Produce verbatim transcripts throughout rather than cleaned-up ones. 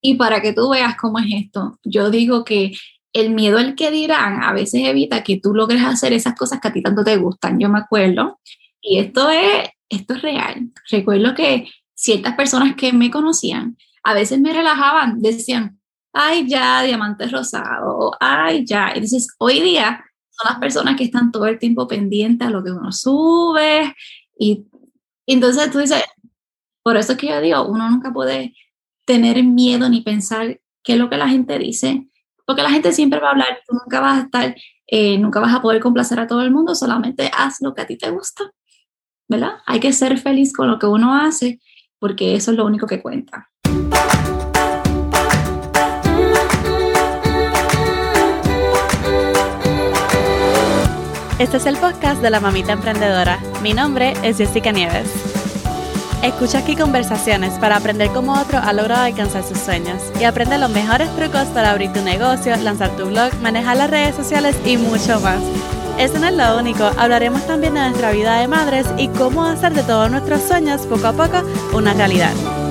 Y para que tú veas cómo es esto, yo digo que el miedo al que dirán a veces evita que tú logres hacer esas cosas que a ti tanto te gustan. Yo me acuerdo, y esto es, esto es real. Recuerdo que ciertas personas que me conocían a veces me relajaban, decían, ay, ya, diamantes rosados, ay, ya. Entonces, hoy día son las personas que están todo el tiempo pendientes a lo que uno sube. Y, y entonces tú dices, por eso es que yo digo, uno nunca puede tener miedo ni pensar qué es lo que la gente dice, porque la gente siempre va a hablar, tú nunca vas a estar, eh, nunca vas a poder complacer a todo el mundo, solamente haz lo que a ti te gusta, ¿verdad? Hay que ser feliz con lo que uno hace, porque eso es lo único que cuenta. Este es el podcast de La Mamita Emprendedora. Mi nombre es Jessica Nieves. Escucha aquí conversaciones para aprender cómo otro ha logrado alcanzar sus sueños y aprende los mejores trucos para abrir tu negocio, lanzar tu blog, manejar las redes sociales y mucho más. Eso no es lo único, hablaremos también de nuestra vida de madres y cómo hacer de todos nuestros sueños poco a poco una realidad.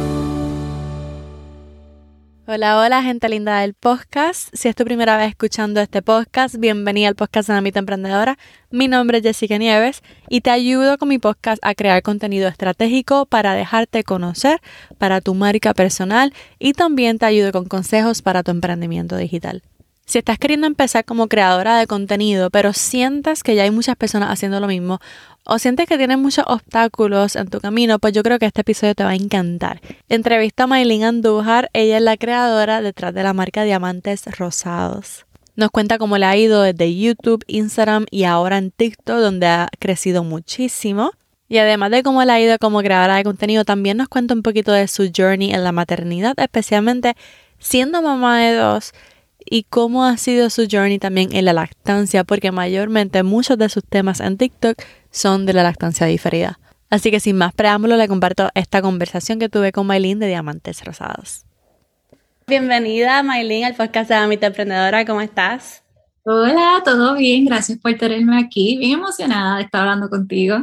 Hola, hola, gente linda del podcast. Si es tu primera vez escuchando este podcast, bienvenida al podcast de La Mamita Emprendedora. Mi nombre es Jessica Nieves y te ayudo con mi podcast a crear contenido estratégico para dejarte conocer para tu marca personal y también te ayudo con consejos para tu emprendimiento digital. Si estás queriendo empezar como creadora de contenido, pero sientes que ya hay muchas personas haciendo lo mismo, o sientes que tienes muchos obstáculos en tu camino, pues yo creo que este episodio te va a encantar. Entrevista a Maylin Andújar, ella es la creadora detrás de la marca Diamantes Rosados. Nos cuenta cómo le ha ido desde YouTube, Instagram y ahora en TikTok, donde ha crecido muchísimo. Y además de cómo le ha ido como creadora de contenido, también nos cuenta un poquito de su journey en la maternidad, especialmente siendo mamá de dos, y cómo ha sido su journey también en la lactancia, porque mayormente muchos de sus temas en TikTok son de la lactancia diferida. Así que sin más preámbulo, le comparto esta conversación que tuve con Maylin de Diamantes Rosados. Bienvenida, Maylin, al podcast de La Mamita Emprendedora. ¿Cómo estás? Hola, todo bien, gracias por tenerme aquí. Bien emocionada de estar hablando contigo.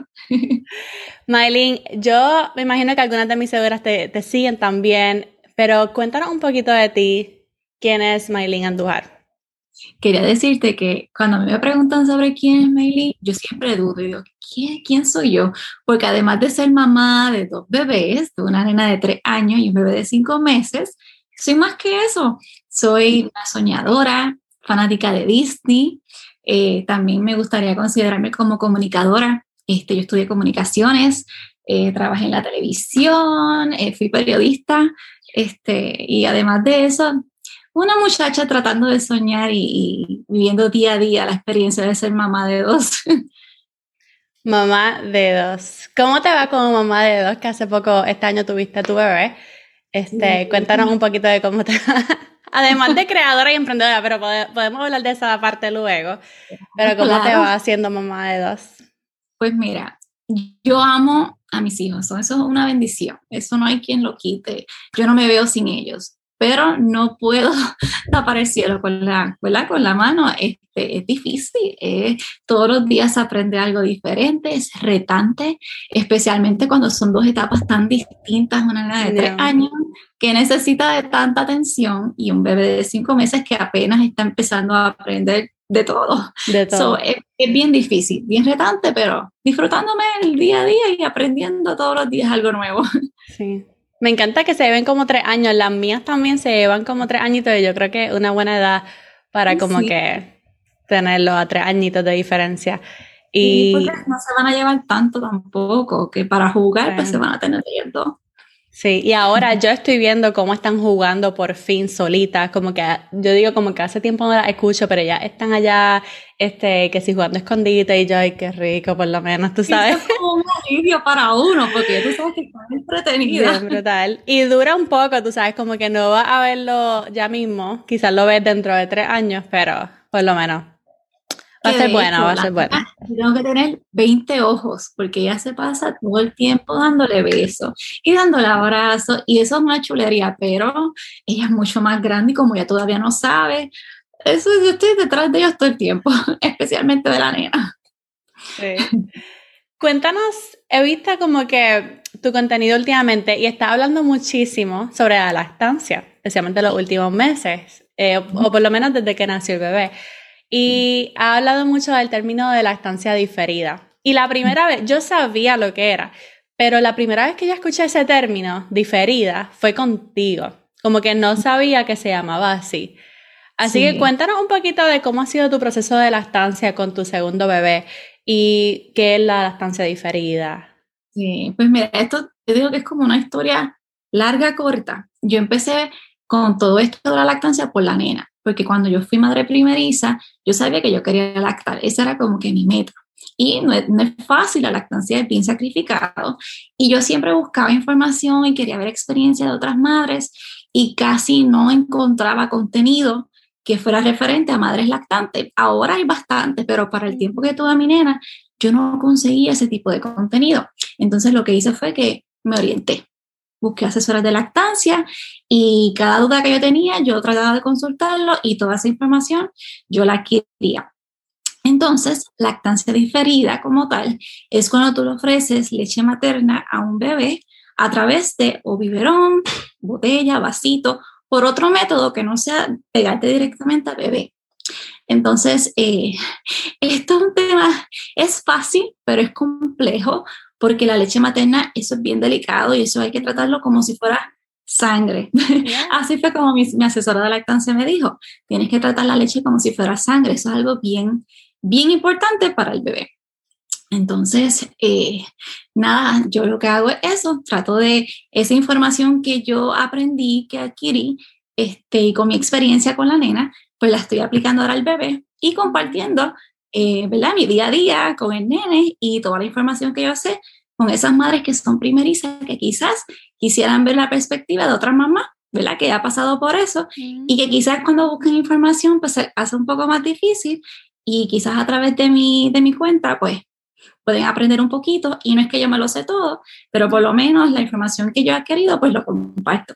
Maylin, yo me imagino que algunas de mis seguidoras te, te siguen también, pero cuéntanos un poquito de ti. ¿Quién es Maylin Andújar? Quería decirte que cuando me preguntan sobre quién es Maylin, yo siempre dudo y digo, ¿quién, ¿quién soy yo? Porque además de ser mamá de dos bebés, de una nena de tres años y un bebé de cinco meses, soy más que eso. Soy una soñadora, fanática de Disney. Eh, también me gustaría considerarme como comunicadora. Este, yo estudié comunicaciones, eh, trabajé en la televisión, eh, fui periodista, este, y además de eso, una muchacha tratando de soñar y, y viviendo día a día la experiencia de ser mamá de dos. Mamá de dos. ¿Cómo te va como mamá de dos? Que hace poco, este año tuviste a tu bebé. Este, sí. Cuéntanos un poquito de cómo te va. Además de creadora y emprendedora, pero pode, podemos hablar de esa parte luego. Pero ¿cómo claro. te va siendo mamá de dos? Pues mira, yo amo a mis hijos. Eso es una bendición. Eso no hay quien lo quite. Yo no me veo sin ellos. Pero no puedo tapar el cielo con la, ¿verdad? Con la mano. Este, es difícil. Eh, todos los días se aprende algo diferente, es retante, especialmente cuando son dos etapas tan distintas, una nena de tres no. años que necesita de tanta atención y un bebé de cinco meses que apenas está empezando a aprender de todo. De todo. So, es, es bien difícil, bien retante, pero disfrutándome el día a día y aprendiendo todos los días algo nuevo. Sí. Me encanta que se lleven como tres años. Las mías también se llevan como tres añitos y yo creo que es una buena edad para como sí. que tenerlos a tres añitos de diferencia. Y sí, porque no se van a llevar tanto tampoco, que para jugar sí. pues se van a tener ellos dos. Sí, y ahora yo estoy viendo cómo están jugando por fin solitas, como que yo digo como que hace tiempo no las escucho, pero ya están allá, este, que si jugando escondite y yo, ay, qué rico, por lo menos, tú sabes. Eso es como un alivio para uno, porque tú sabes que están entretenidas. Bien brutal. Y dura un poco, tú sabes, como que no vas a verlo ya mismo, quizás lo ves dentro de tres años, pero por lo menos. Va a ser buena, va a ser buena. Tengo que tener veinte ojos, porque ella se pasa todo el tiempo dándole besos y dándole abrazos, y eso es una chulería, pero ella es mucho más grande y como ella todavía no sabe, eso yo estoy detrás de ellos todo el tiempo, especialmente de la nena. Sí. Cuéntanos, he visto como que tu contenido últimamente y está hablando muchísimo sobre la lactancia. especialmente los últimos meses, eh, o, o por lo menos desde que nació el bebé. Y ha hablado mucho del término de lactancia diferida. Y la primera vez, yo sabía lo que era, pero la primera vez que yo escuché ese término, diferida, fue contigo. Como que no sabía que se llamaba así. Así sí. que cuéntanos un poquito de cómo ha sido tu proceso de lactancia con tu segundo bebé y qué es la lactancia diferida. Sí, pues mira, esto yo digo que es como una historia larga, corta. Yo empecé con todo esto de la lactancia por la nena, porque cuando yo fui madre primeriza, yo sabía que yo quería lactar, esa era como que mi meta. Y no es, no es fácil, la lactancia es bien sacrificado. Y yo siempre buscaba información y quería ver experiencia de otras madres y casi no encontraba contenido que fuera referente a madres lactantes. Ahora hay bastante, pero para el tiempo que tuve a mi nena, yo no conseguía ese tipo de contenido. Entonces lo que hice fue que me orienté. Busqué asesoras de lactancia y cada duda que yo tenía, yo trataba de consultarlo y toda esa información yo la adquiría. Entonces, lactancia diferida como tal es cuando tú le ofreces leche materna a un bebé a través de o biberón, botella, vasito, por otro método que no sea pegarte directamente al bebé. Entonces, eh, esto es un tema, es fácil, pero es complejo porque la leche materna, eso es bien delicado y eso hay que tratarlo como si fuera sangre. Yeah. Así fue como mi, mi asesora de lactancia me dijo, tienes que tratar la leche como si fuera sangre, eso es algo bien, bien importante para el bebé. Entonces, eh, nada, yo lo que hago es eso, trato de esa información que yo aprendí, que adquirí, este, y con mi experiencia con la nena, pues la estoy aplicando ahora al bebé y compartiendo, eh, ¿verdad? Mi día a día con el nene y toda la información que yo sé con esas madres que son primerizas, que quizás quisieran ver la perspectiva de otras mamás, ¿verdad? Que ha pasado por eso mm. y que quizás cuando buscan información, pues se hace un poco más difícil y quizás a través de mi, de mi cuenta, pues pueden aprender un poquito y no es que yo me lo sé todo, pero por lo menos la información que yo he adquirido, pues lo comparto.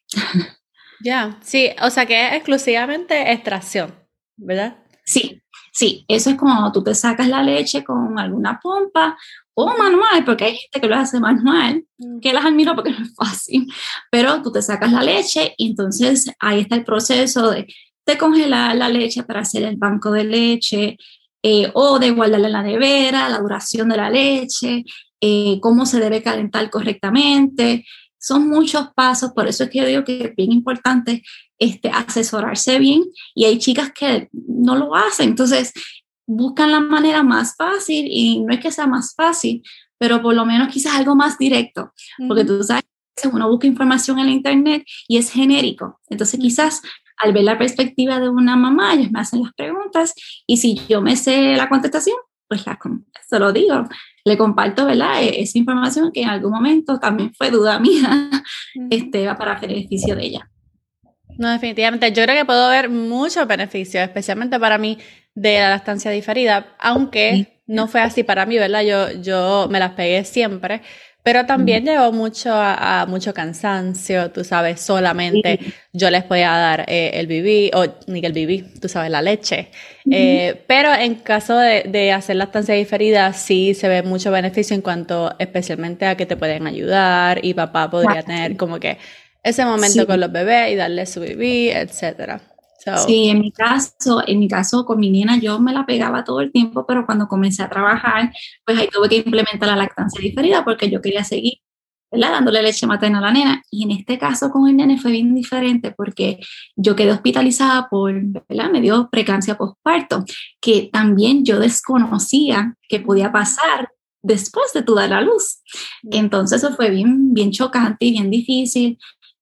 Ya, yeah. Sí, o sea que es exclusivamente extracción, ¿verdad? Sí, sí, eso es como tú te sacas la leche con alguna pompa o manual, porque hay gente que lo hace manual, que las admiro porque no es fácil, pero tú te sacas la leche y entonces ahí está el proceso de, de congelar la leche para hacer el banco de leche, eh, o de guardarla en la nevera, la duración de la leche, eh, cómo se debe calentar correctamente. Son muchos pasos, por eso es que yo digo que es bien importante este, asesorarse bien y hay chicas que no lo hacen, entonces buscan la manera más fácil y no es que sea más fácil, pero por lo menos quizás algo más directo, porque tú sabes que uno busca información en la internet y es genérico, entonces quizás al ver la perspectiva de una mamá, ellos me hacen las preguntas y si yo me sé la contestación, pues la, se lo digo, le comparto, ¿verdad? Esa información que en algún momento también fue duda mía, uh-huh. este, para beneficio de ella. No, definitivamente. Yo creo que puedo ver muchos beneficios, especialmente para mí, de la lactancia diferida, aunque sí. no fue así para mí, ¿verdad? Yo, yo me las pegué siempre, pero también uh-huh. llevó mucho a, a mucho cansancio, tú sabes, solamente sí. yo les podía dar eh, el bibí, o ni que el bibí, tú sabes, la leche. Uh-huh. Eh, pero en caso de, de hacer lactancia diferida, sí se ve mucho beneficio en cuanto especialmente a que te pueden ayudar y papá podría tener como que ese momento sí. con los bebés y darle su bibí, etcétera. So. Sí, en mi caso, en mi caso con mi nena yo me la pegaba todo el tiempo, pero cuando comencé a trabajar, pues ahí tuve que implementar la lactancia diferida porque yo quería seguir, ¿verdad? Dándole leche materna a la nena. Y en este caso con el nene fue bien diferente porque yo quedé hospitalizada por, ¿verdad? Me dio preeclampsia postparto, que también yo desconocía que podía pasar después de tu dar la luz. Entonces eso fue bien, bien chocante y bien difícil.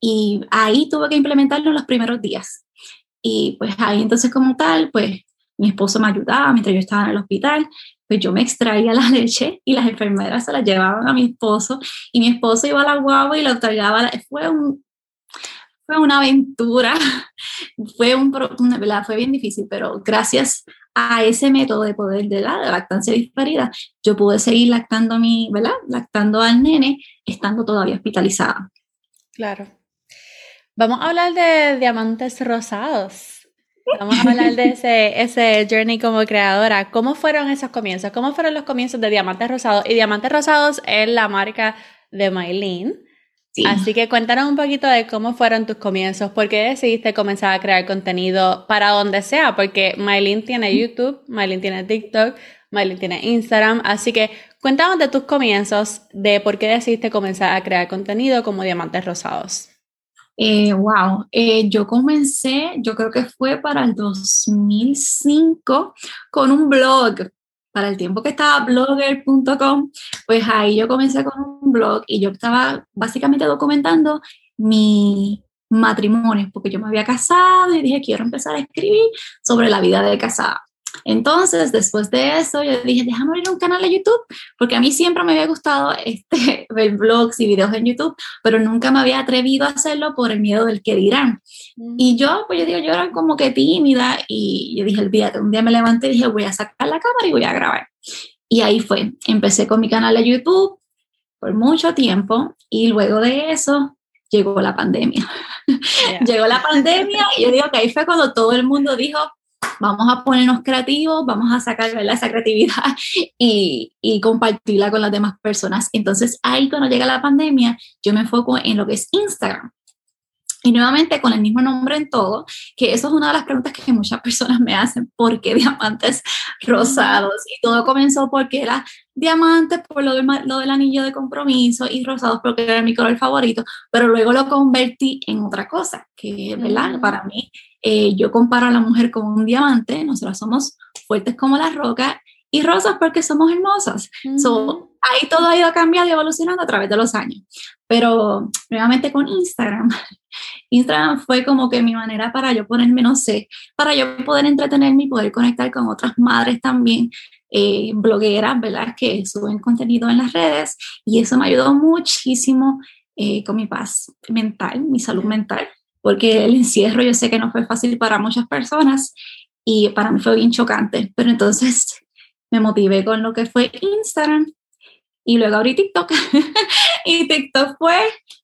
Y ahí tuve que implementarlo en los primeros días. Y pues ahí entonces como tal, pues mi esposo me ayudaba mientras yo estaba en el hospital, pues yo me extraía la leche y las enfermeras se la llevaban a mi esposo y mi esposo iba a la guagua y la traía. Fue, un, fue una aventura, fue, un, una, ¿verdad? Fue bien difícil, pero gracias a ese método de poder de la de lactancia diferida, yo pude seguir lactando, a mi, ¿verdad? lactando al nene estando todavía hospitalizada. Claro. Vamos a hablar de Diamantes Rosados. Vamos a hablar de ese, ese journey como creadora. ¿Cómo fueron esos comienzos? ¿Cómo fueron los comienzos de Diamantes Rosados? Y Diamantes Rosados es la marca de Maylene. Sí. Así que cuéntanos un poquito de cómo fueron tus comienzos, por qué decidiste comenzar a crear contenido para donde sea, porque Maylin tiene YouTube, Maylin tiene TikTok, Maylin tiene Instagram, así que cuéntanos de tus comienzos, de por qué decidiste comenzar a crear contenido como Diamantes Rosados. Eh, wow, eh, yo comencé, yo creo que fue para el dos mil cinco con un blog. Para el tiempo que estaba blogger punto com, pues ahí yo comencé con un blog y yo estaba básicamente documentando mi matrimonio, porque yo me había casado y dije, quiero empezar a escribir sobre la vida de casada. Entonces, después de eso, yo dije, déjame abrir un canal de YouTube, porque a mí siempre me había gustado este, ver blogs y videos en YouTube, pero nunca me había atrevido a hacerlo por el miedo del que dirán. Mm. Y yo, pues yo digo, yo era como que tímida y yo dije, olvídate, un día me levanté y dije, voy a sacar la cámara y voy a grabar. Y ahí fue, empecé con mi canal de YouTube por mucho tiempo y luego de eso llegó la pandemia. Yeah. Llegó la pandemia y yo digo que ahí fue cuando todo el mundo dijo, vamos a ponernos creativos, vamos a sacar, ¿verdad?, esa creatividad y, y compartirla con las demás personas. Entonces ahí cuando llega la pandemia, yo me enfoco en lo que es Instagram. Y nuevamente con el mismo nombre en todo, que eso es una de las preguntas que muchas personas me hacen, ¿por qué Diamantes Rosados? Y todo comenzó porque era diamantes por lo del, lo del anillo de compromiso y rosados porque era mi color favorito, pero luego lo convertí en otra cosa, que ¿verdad? Uh-huh. Para mí, eh, yo comparo a la mujer como un diamante, nosotros somos fuertes como la roca y rosas porque somos hermosas. Uh-huh. So, ahí todo ha ido cambiando y evolucionando a través de los años. Pero nuevamente con Instagram, Instagram fue como que mi manera para yo ponerme, no sé, para yo poder entretenerme y poder conectar con otras madres también, eh, blogueras, ¿verdad?, que suben contenido en las redes, y eso me ayudó muchísimo eh, con mi paz mental, mi salud mental, porque el encierro yo sé que no fue fácil para muchas personas y para mí fue bien chocante, pero entonces me motivé con lo que fue Instagram y luego abrí TikTok y TikTok fue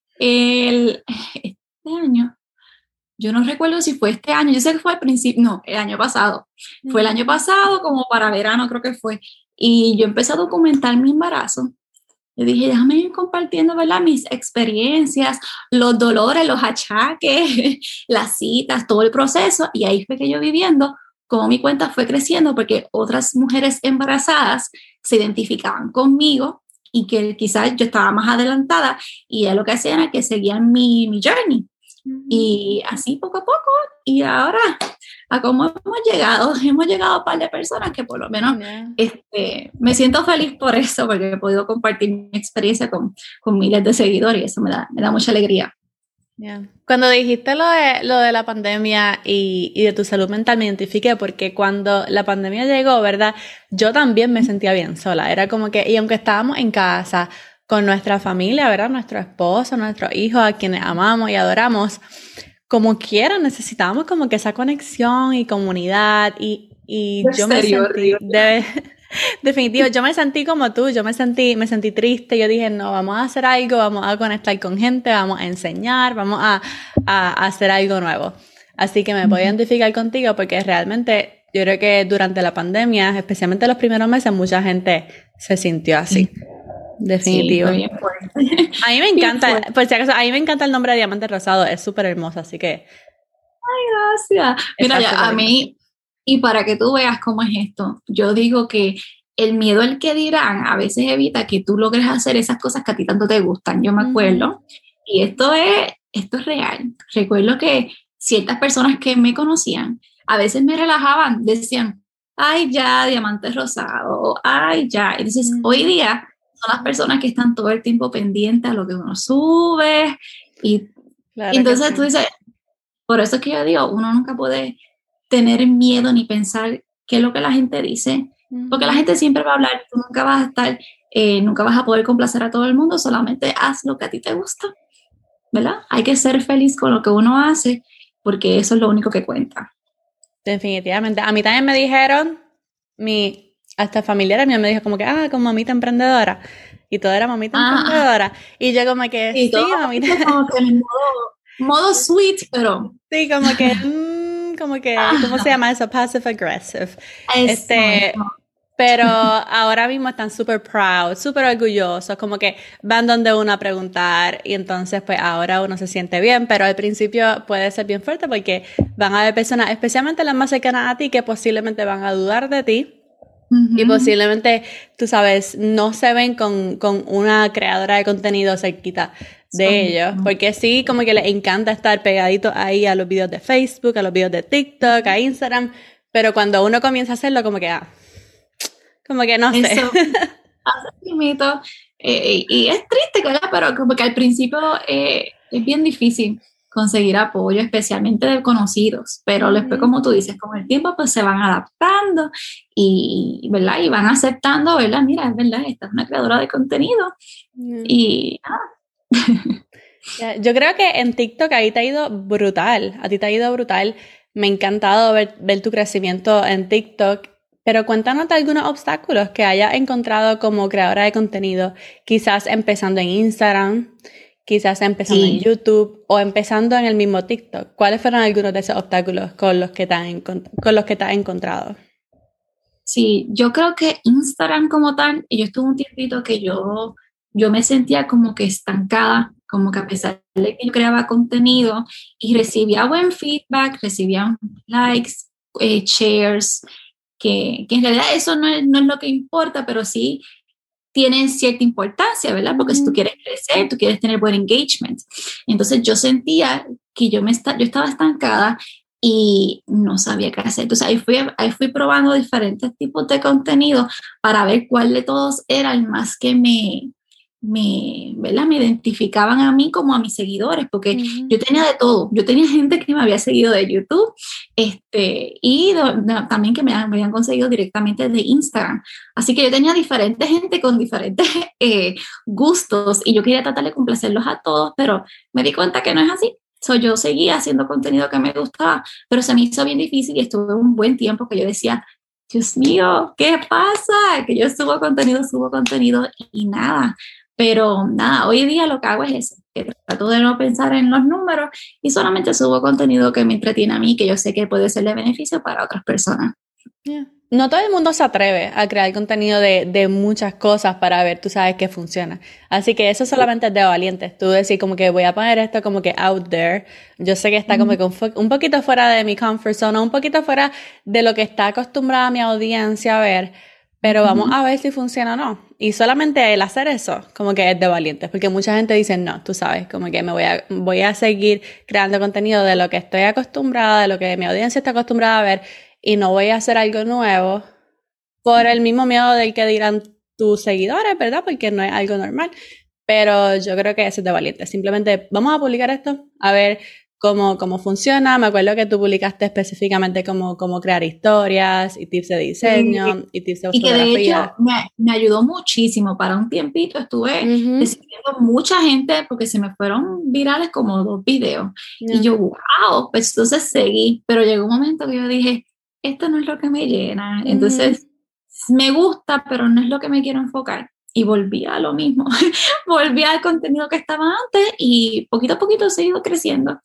el... este año, yo no recuerdo si fue este año, yo sé que fue al principio, no, el año pasado, mm. fue el año pasado como para verano creo que fue, y yo empecé a documentar mi embarazo. Yo dije, déjame ir compartiendo, ¿verdad?, mis experiencias, los dolores, los achaques, las citas, todo el proceso, y ahí fue que yo viviendo cómo mi cuenta fue creciendo, porque otras mujeres embarazadas se identificaban conmigo y que quizás yo estaba más adelantada y lo que hacían era que seguían mi, mi journey. Uh-huh. Y así poco a poco, y ahora a cómo hemos llegado, hemos llegado a un par de personas que por lo menos yeah. este, me siento feliz por eso, porque he podido compartir mi experiencia con, con miles de seguidores y eso me da, me da mucha alegría. Yeah. Cuando dijiste lo de, lo de la pandemia y, y de tu salud mental, me identifiqué porque cuando la pandemia llegó, ¿verdad?, yo también me sentía bien sola. Era como que, y aunque estábamos en casa con nuestra familia, ¿verdad?, nuestro esposo, nuestros hijos, a quienes amamos y adoramos, como quiera necesitábamos como que esa conexión y comunidad y, y yo me sentí de, definitivo, yo me sentí como tú, yo me sentí, me sentí triste, yo dije, no, vamos a hacer algo, vamos a conectar con gente, vamos a enseñar, vamos a, a, a hacer algo nuevo. Así que me puedo identificar contigo porque realmente yo creo que durante la pandemia, especialmente los primeros meses, mucha gente se sintió así. Definitivo. Sí, a mí me encanta, por si acaso, a mí me encanta el nombre de Diamante Rosado, es súper hermoso, así que... Ay, gracias. Mira, ya, a mí, y para que tú veas cómo es esto, yo digo que el miedo al que dirán a veces evita que tú logres hacer esas cosas que a ti tanto te gustan. Yo me acuerdo, uh-huh. y esto es, esto es real. Recuerdo que ciertas personas que me conocían, a veces me relajaban, decían, ay, ya, Diamante Rosado, ay, ya. Entonces, uh-huh. hoy día son las personas que están todo el tiempo pendientes a lo que uno sube y, claro, y entonces sí. Tú dices, por eso es que yo digo, uno nunca puede tener miedo ni pensar qué es lo que la gente dice, uh-huh. porque la gente siempre va a hablar, tú nunca vas a estar, eh, nunca vas a poder complacer a todo el mundo, solamente haz lo que a ti te gusta, ¿verdad? Hay que ser feliz con lo que uno hace, porque eso es lo único que cuenta. Definitivamente, a mí también me dijeron, mi... hasta familiares míos me dijo como que, ah, como mamita emprendedora. Y todo era mamita ah, emprendedora. Y yo como que, sí, sí mamita. Como que en modo, modo sweet, pero... Sí, como que, mmm, como que, ¿cómo se llama eso? Passive aggressive. Es este, no. Pero ahora mismo están súper proud, súper orgullosos, como que van donde uno a preguntar y entonces pues ahora uno se siente bien, pero al principio puede ser bien fuerte porque van a haber personas, especialmente las más cercanas a ti, que posiblemente van a dudar de ti. Uh-huh. Y posiblemente, tú sabes, no se ven con, con una creadora de contenido cerquita de sí, ellos, no. Porque sí, como que les encanta estar pegaditos ahí a los videos de Facebook, a los videos de TikTok, a Instagram, pero cuando uno comienza a hacerlo, como que, ah, como que no sé. Eso, así mito, eh, y es triste, ¿verdad? Pero como que al principio eh, es bien difícil conseguir apoyo, especialmente de conocidos, pero mm-hmm. después, como tú dices, con el tiempo pues se van adaptando y, ¿verdad? Y van aceptando, ¿verdad? Mira, es verdad, esta es una creadora de contenido mm-hmm. y nada. Yo creo que en TikTok ahí te ha ido brutal, a ti te ha ido brutal, me ha encantado ver, ver tu crecimiento en TikTok, pero cuéntanos de algunos obstáculos que hayas encontrado como creadora de contenido, quizás empezando en Instagram, quizás empezando sí. en YouTube o empezando en el mismo TikTok. ¿Cuáles fueron algunos de esos obstáculos con los que te has, encont- con los que te has encontrado? Sí, yo creo que Instagram como tal, y yo estuve un tiempito que yo, yo me sentía como que estancada, como que a pesar de que yo creaba contenido y recibía buen feedback, recibía likes, eh, shares, que, que en realidad eso no es, no es lo que importa, pero sí tienen cierta importancia, ¿verdad? Porque mm-hmm. si tú quieres crecer, tú quieres tener buen engagement. Entonces yo sentía que yo, me está, yo estaba estancada y no sabía qué hacer. Entonces ahí fui, ahí fui probando diferentes tipos de contenido para ver cuál de todos era el más que me, me, ¿verdad? Me identificaban a mí como a mis seguidores, porque mm-hmm. yo tenía de todo. Yo tenía gente que me había seguido de YouTube este, y de, de, también que me, me habían conseguido directamente de Instagram. Así que yo tenía diferente gente con diferentes eh, gustos y yo quería tratar de complacerlos a todos, pero me di cuenta que no es así. So, yo seguía haciendo contenido que me gustaba, pero se me hizo bien difícil y estuve un buen tiempo que yo decía, Dios mío, ¿qué pasa? Que yo subo contenido, subo contenido y nada. Pero nada, hoy día lo que hago es eso, que trato de no pensar en los números y solamente subo contenido que me entretiene a mí, que yo sé que puede ser de beneficio para otras personas. Yeah. No todo el mundo se atreve a crear contenido de, de muchas cosas para ver, tú sabes, que funciona. Así que eso solamente es de valientes. Tú decir como que voy a poner esto como que out there. Yo sé que está como que un, fo- un poquito fuera de mi comfort zone, un poquito fuera de lo que está acostumbrada mi audiencia a ver, pero vamos a ver si funciona o no. Y solamente el hacer eso, como que es de valientes, porque mucha gente dice, no, tú sabes, como que me voy a, voy a seguir creando contenido de lo que estoy acostumbrada, de lo que mi audiencia está acostumbrada a ver, y no voy a hacer algo nuevo por el mismo miedo del que dirán tus seguidores, ¿verdad? Porque no es algo normal. Pero yo creo que eso es de valientes. Simplemente vamos a publicar esto, a ver cómo, cómo funciona. Me acuerdo que tú publicaste específicamente cómo, cómo crear historias y tips de diseño sí. y tips de y fotografía. Y que de hecho me, me ayudó muchísimo. Para un tiempito estuve uh-huh. recibiendo mucha gente porque se me fueron virales como dos videos. Yeah. Y yo, wow, pues entonces seguí. Pero llegó un momento que yo dije, esto no es lo que me llena. Uh-huh. Entonces me gusta, pero no es lo que me quiero enfocar. Y volví a lo mismo. Volví al contenido que estaba antes y poquito a poquito he seguido creciendo.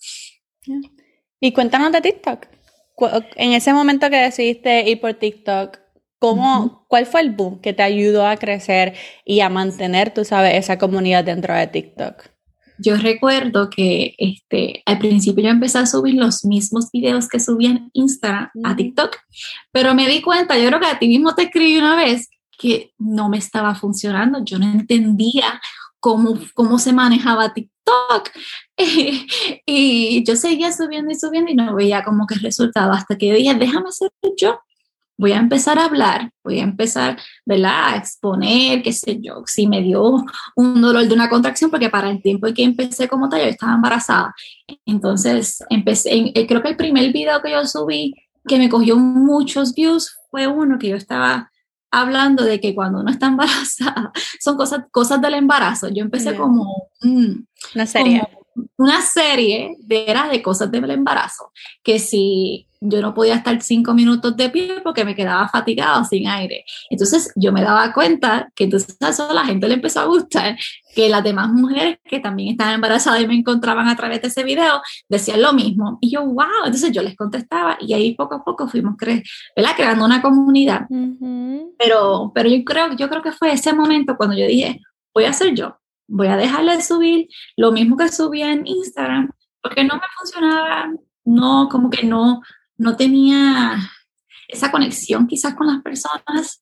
Y cuéntanos de TikTok. En ese momento que decidiste ir por TikTok, ¿cómo, uh-huh. ¿cuál fue el boom que te ayudó a crecer y a mantener, tú sabes, esa comunidad dentro de TikTok? Yo recuerdo que este, al principio yo empecé a subir los mismos videos que subía en Instagram uh-huh. a TikTok, pero me di cuenta, yo creo que a ti mismo te escribí una vez, que no me estaba funcionando. Yo no entendía cómo, cómo se manejaba TikTok. Y, y yo seguía subiendo y subiendo y no veía como que resultado hasta que yo dije, déjame hacerlo yo. Voy a empezar a hablar, voy a empezar, ¿verdad?, a exponer, qué sé yo, si me dio un dolor de una contracción, porque para el tiempo en que empecé como tal, yo estaba embarazada. Entonces, empecé, creo que el primer video que yo subí, que me cogió muchos views, fue uno que yo estaba hablando de que cuando uno está embarazada, son cosas, cosas del embarazo. Yo empecé yeah. como... Mm, una serie. Como, una serie de, era de cosas del embarazo, que si yo no podía estar cinco minutos de pie porque me quedaba fatigada sin aire. Entonces yo me daba cuenta que entonces a eso a la gente le empezó a gustar, que las demás mujeres que también estaban embarazadas y me encontraban a través de ese video decían lo mismo. Y yo, wow, entonces yo les contestaba y ahí poco a poco fuimos cre ¿verdad? creando una comunidad. Uh-huh. Pero, pero yo, creo, yo creo que fue ese momento cuando yo dije, voy a ser yo. Voy a dejarle de subir lo mismo que subía en Instagram, porque no me funcionaba, no, como que no, no tenía esa conexión quizás con las personas,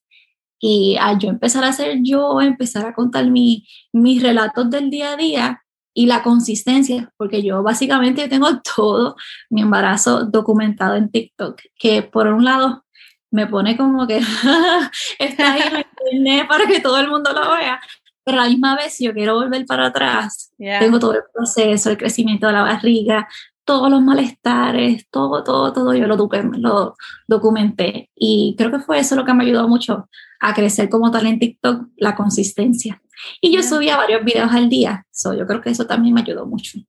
y al yo empezar a ser yo, empezar a contar mi, mis relatos del día a día y la consistencia, porque yo básicamente tengo todo mi embarazo documentado en TikTok, que por un lado me pone como que está ahí en internet para que todo el mundo lo vea, pero a la misma vez, si yo quiero volver para atrás, yeah. tengo todo el proceso, el crecimiento de la barriga, todos los malestares, todo, todo, todo, yo lo, lo documenté. Y creo que fue eso lo que me ayudó mucho a crecer como tal en TikTok, la consistencia. Y yo yeah. subía varios videos al día, so, yo creo que eso también me ayudó mucho.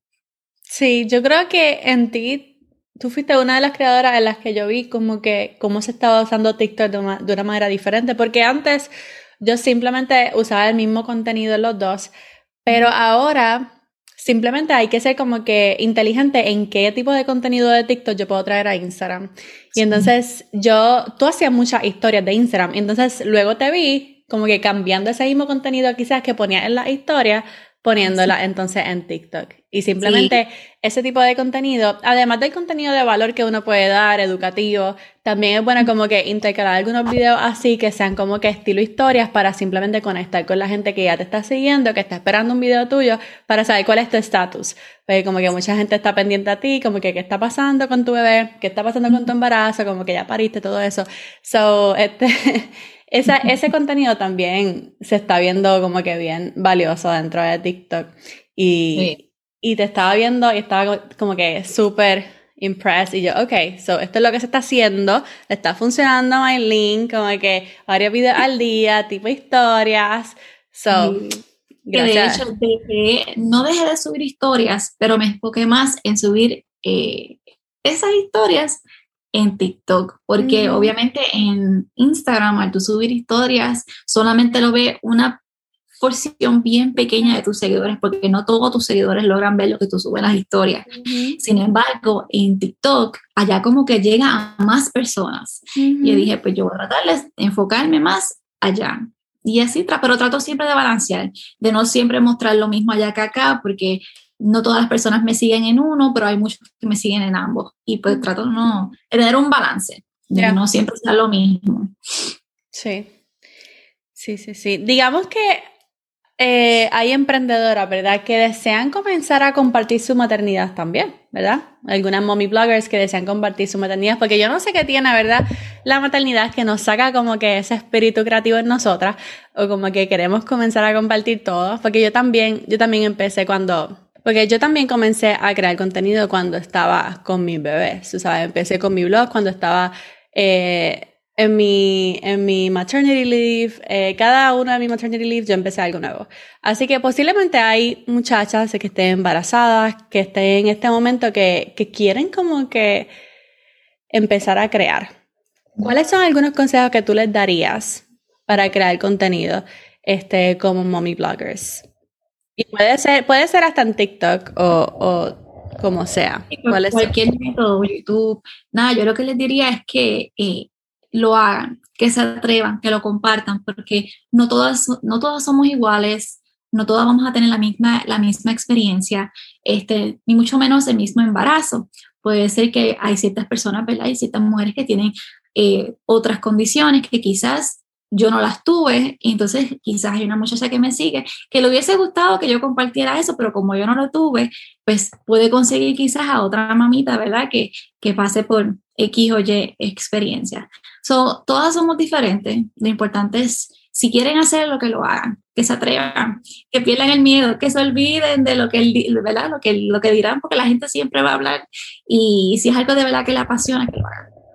Sí, yo creo que en ti, tú fuiste una de las creadoras en las que yo vi como que cómo se estaba usando TikTok de una, de una manera diferente, porque antes yo simplemente usaba el mismo contenido en los dos, pero ahora simplemente hay que ser como que inteligente en qué tipo de contenido de TikTok yo puedo traer a Instagram. Sí. Y entonces yo, tú hacías muchas historias de Instagram, y entonces luego te vi como que cambiando ese mismo contenido quizás que ponías en las historias, poniéndola sí. entonces en TikTok. Y simplemente sí. ese tipo de contenido, además del contenido de valor que uno puede dar, educativo, también es bueno como que intercalar algunos videos así que sean como que estilo historias para simplemente conectar con la gente que ya te está siguiendo, que está esperando un video tuyo para saber cuál es tu estatus. Porque como que mucha gente está pendiente a ti, como que qué está pasando con tu bebé, qué está pasando con tu embarazo, como que ya pariste, todo eso. So, este... Esa, ese contenido también se está viendo como que bien valioso dentro de TikTok. Y, sí. y te estaba viendo y estaba como que súper impressed. Y yo, ok, so esto es lo que se está haciendo. Está funcionando a Maylin, como que varios videos al día, tipo historias. So, sí. gracias. De hecho, dejé, no dejé de subir historias, pero me enfoqué más en subir eh, esas historias en TikTok, porque uh-huh. obviamente en Instagram al tú subir historias solamente lo ve una porción bien pequeña de tus seguidores, porque no todos tus seguidores logran ver lo que tú subes en las historias. Uh-huh. Sin embargo, en TikTok allá como que llega a más personas. Uh-huh. Y yo dije, pues yo voy a tratar de enfocarme más allá. Y así, pero trato siempre de balancear, de no siempre mostrar lo mismo allá que acá, porque no todas las personas me siguen en uno, pero hay muchos que me siguen en ambos. Y pues trato no, de tener un balance, de yeah. no siempre sea lo mismo. Sí, sí, sí, sí. Digamos que eh, hay emprendedoras, ¿verdad?, que desean comenzar a compartir su maternidad también, ¿verdad? Algunas mommy bloggers que desean compartir su maternidad, porque yo no sé qué tiene, ¿verdad?, la maternidad que nos saca como que ese espíritu creativo en nosotras, o como que queremos comenzar a compartir todo, porque yo también, yo también empecé cuando... Porque yo también comencé a crear contenido cuando estaba con mis bebés, tú sabes, empecé con mi blog cuando estaba eh, en, mi, en mi maternity leave, eh, cada una de mis maternity leave yo empecé algo nuevo. Así que posiblemente hay muchachas que estén embarazadas, que estén en este momento que, que quieren como que empezar a crear. ¿Cuáles son algunos consejos que tú les darías para crear contenido este, como mommy bloggers? Y puede ser, puede ser hasta en TikTok o, o como sea. ¿Cuál cualquier método, YouTube, nada, yo lo que les diría es que eh, lo hagan, que se atrevan, que lo compartan, porque no todas, no todas somos iguales, no todas vamos a tener la misma, la misma experiencia, este, ni mucho menos el mismo embarazo. Puede ser que hay ciertas personas, ¿verdad? Hay ciertas mujeres que tienen eh, otras condiciones que quizás yo no las tuve, y entonces quizás hay una muchacha que me sigue que le hubiese gustado que yo compartiera eso, pero como yo no lo tuve, pues puede conseguir quizás a otra mamita, ¿verdad? Que, que pase por X o Y experiencia. So, todas somos diferentes. Lo importante es, si quieren hacer lo que lo hagan, que se atrevan, que pierdan el miedo, que se olviden de lo que, ¿verdad? Lo que, lo que dirán, porque la gente siempre va a hablar, y si es algo de verdad que le apasiona, que lo hagan.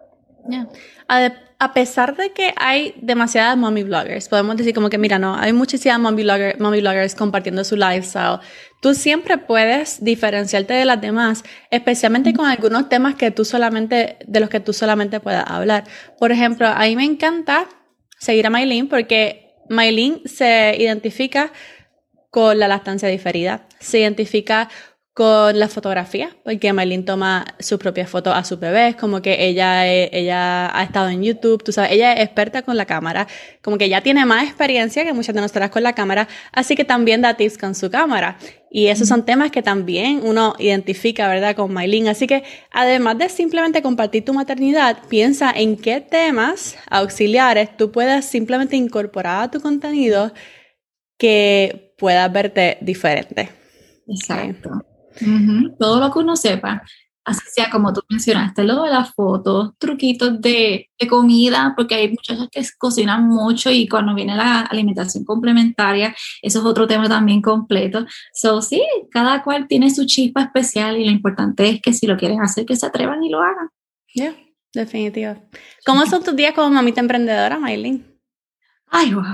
Yeah. A, a pesar de que hay demasiadas mommy bloggers, podemos decir como que, mira, no, hay muchísimas mommy, blogger, mommy bloggers compartiendo su lifestyle. Tú siempre puedes diferenciarte de las demás, especialmente con algunos temas que tú solamente, de los que tú solamente puedas hablar. Por ejemplo, a mí me encanta seguir a Maylene porque Maylene se identifica con la lactancia diferida, se identifica con la fotografía, porque Maylene toma sus propias fotos a sus bebés, como que ella, ella ha estado en YouTube, tú sabes, ella es experta con la cámara, como que ya tiene más experiencia que muchas de nosotras con la cámara, así que también da tips con su cámara. Y esos son temas que también uno identifica, ¿verdad?, con Maylene. Así que además de simplemente compartir tu maternidad, piensa en qué temas auxiliares tú puedes simplemente incorporar a tu contenido que puedas verte diferente. Exacto. Okay. Uh-huh. Todo lo que uno sepa, así sea como tú mencionaste, lo de las fotos, truquitos de, de comida, porque hay muchachas que cocinan mucho y cuando viene la alimentación complementaria, eso es otro tema también completo. So, sí, cada cual tiene su chispa especial y lo importante es que si lo quieren hacer, que se atrevan y lo hagan. Yeah, definitivo. ¿Cómo son tus días como mamita emprendedora, Maylene? Ay, wow.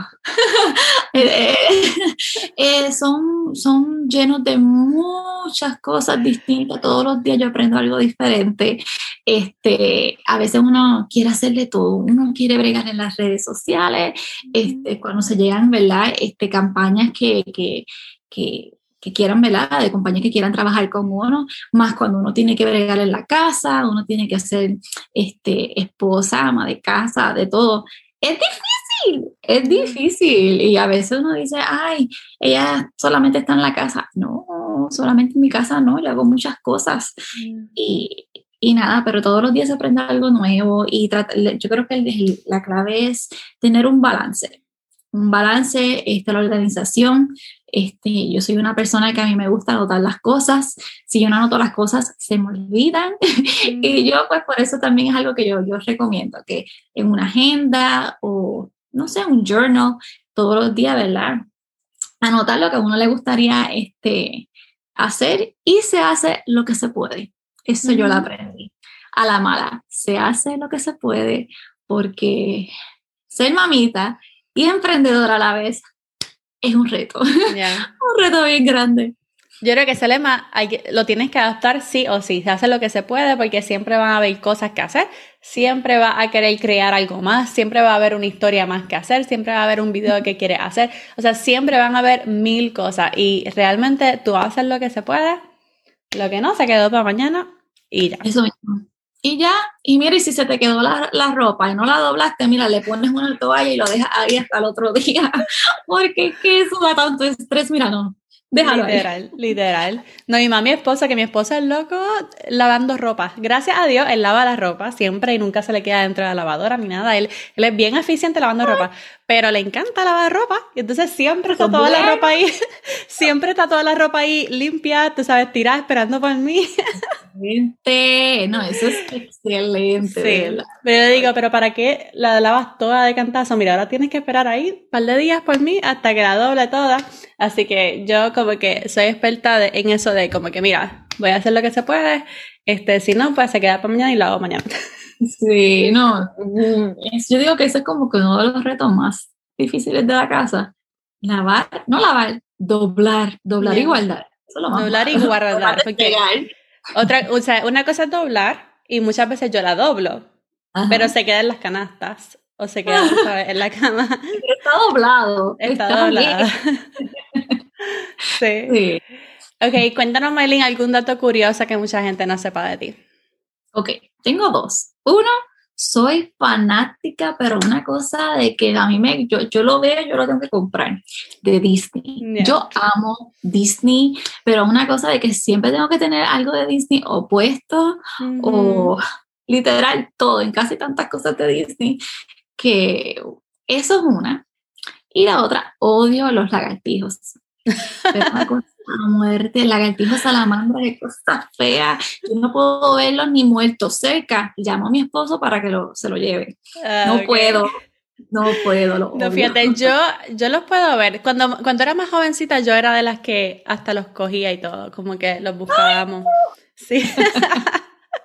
eh, eh, eh, son, son llenos de muchas cosas distintas. Todos los días yo aprendo algo diferente. Este, a veces uno quiere hacerle todo. Uno quiere bregar en las redes sociales. Este, cuando se llegan, ¿verdad? Este, campañas que, que, que, que quieran, ¿verdad? De compañías que quieran trabajar con uno. Más cuando uno tiene que bregar en la casa. Uno tiene que ser este, esposa, ama de casa, de todo. Es difícil, es difícil y a veces uno dice, ay, ella solamente está en la casa. No, solamente en mi casa no, yo hago muchas cosas mm. y, y nada, pero todos los días se aprende algo nuevo y trata, yo creo que el, la clave es tener un balance, un balance, este, la organización. Este, yo soy una persona que a mí me gusta anotar las cosas. Si yo no anoto las cosas, se me olvidan. Mm. Y yo, pues, por eso también es algo que yo, yo recomiendo, que en una agenda o, no sé, un journal, todos los días, ¿verdad? Anotar lo que a uno le gustaría este, hacer y se hace lo que se puede. Eso mm. yo lo aprendí. A la mala, se hace lo que se puede porque ser mamita y emprendedora a la vez es un reto, yeah. un reto bien grande. Yo creo que ese lema hay que, lo tienes que adaptar sí o sí, se hace lo que se puede porque siempre van a haber cosas que hacer, siempre va a querer crear algo más, siempre va a haber una historia más que hacer, siempre va a haber un video que quieres hacer, o sea, siempre van a haber mil cosas y realmente tú haces lo que se puede, lo que no se quedó para mañana y ya. Eso mismo. Y ya, y mira, y si se te quedó la, la ropa y no la doblaste, mira, le pones una toalla y lo dejas ahí hasta el otro día, porque es que eso da tanto estrés, mira, no, déjalo literal, ahí. Literal. No, mi mamá, mi esposa, que mi esposa es loco lavando ropa. Gracias a Dios, él lava la ropa siempre y nunca se le queda dentro de la lavadora ni nada. Él, él es bien eficiente lavando Ay. ropa, pero le encanta lavar ropa y entonces siempre está toda la ropa ahí, siempre está toda la ropa ahí limpia, tú sabes, tirada, esperando por mí. Excelente, no, eso es excelente. Sí, pero yo digo, pero ¿para qué la lavas toda de cantazo? Mira, ahora tienes que esperar ahí un par de días por mí hasta que la doble toda. Así que yo como que soy experta de, en eso de como que mira, voy a hacer lo que se puede, este, si no, pues se queda para mañana y lo hago mañana. Sí, no, yo digo que eso es como que uno de los retos más difíciles de la casa. Lavar, no lavar, doblar, doblar yeah. y guardar. Eso es lo más doblar malo. Y guardar, porque otra, o sea, una cosa es doblar y muchas veces yo la doblo, Ajá. pero se queda en las canastas o se queda, ¿sabes?, en la cama. Está doblado. Está, está doblado. sí. sí. Ok, cuéntanos, Maylene, algún dato curioso que mucha gente no sepa de ti. Ok, tengo dos. Uno, soy fanática, pero una cosa de que a mí me, yo, yo lo veo, yo lo tengo que comprar, de Disney. Yeah. Yo amo Disney, pero una cosa de que siempre tengo que tener algo de Disney o puesto mm-hmm. o literal todo, en casi tantas cosas de Disney, que eso es una. Y la otra, odio los lagartijos. Pero una cosa a muerte, lagartijos, salamandras, qué cosa fea. Yo no puedo verlos ni muertos cerca. Llamo a mi esposo para que lo, se lo lleve. Ah, no okay. puedo, no puedo. Lo no, fíjate, yo, yo los puedo ver. Cuando, cuando era más jovencita, yo era de las que hasta los cogía y todo, como que los buscábamos. Ay, sí.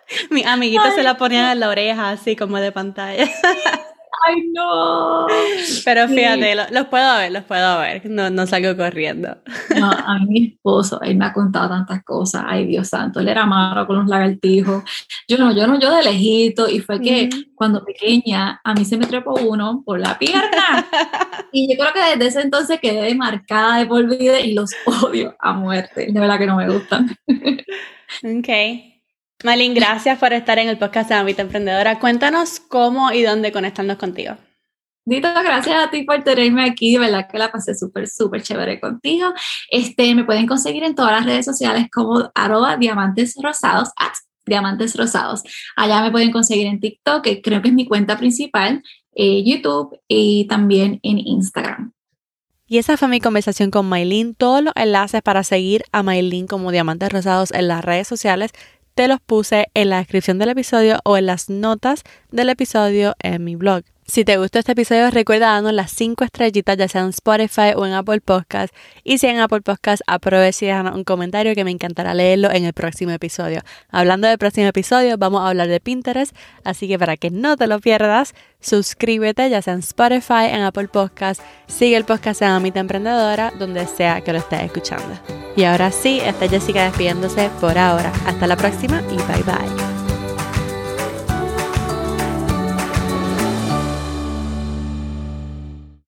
Mis amiguitos Ay, se la ponían en la oreja, así como de pantalla. ¡Ay, no! Pero fíjate, sí. los, los puedo ver, los puedo ver. No, no salgo corriendo. No, a mí mi esposo, él me ha contado tantas cosas. Ay, Dios santo, él era malo con los lagartijos. Yo no, yo no, yo de lejito. Y fue que mm. cuando pequeña, a mí se me trepó uno por la pierna. Y yo creo que desde ese entonces quedé marcada de por vida y los odio a muerte. De verdad que no me gustan. Ok. Maylin, gracias por estar en el podcast de Mamita Emprendedora. Cuéntanos cómo y dónde conectarnos contigo. Dito, gracias a ti por tenerme aquí, de verdad que la pasé súper, súper chévere contigo. Este, me pueden conseguir en todas las redes sociales como arroba diamantes rosados, at diamantes rosados. Allá me pueden conseguir en TikTok, que creo que es mi cuenta principal, eh, YouTube y también en Instagram. Y esa fue mi conversación con Maylin. Todos los enlaces para seguir a Maylin como Diamantes Rosados en las redes sociales te los puse en la descripción del episodio o en las notas del episodio en mi blog. Si te gustó este episodio, recuerda darnos las cinco estrellitas, ya sea en Spotify o en Apple Podcast. Y si en Apple Podcast, aprovecha y déjanos un comentario que me encantará leerlo en el próximo episodio. Hablando del próximo episodio, vamos a hablar de Pinterest, así que para que no te lo pierdas, suscríbete, ya sea en Spotify, en Apple Podcast, sigue el podcast de Mamita Emprendedora, donde sea que lo estés escuchando. Y ahora sí, está Jessica despidiéndose por ahora. Hasta la próxima y bye bye.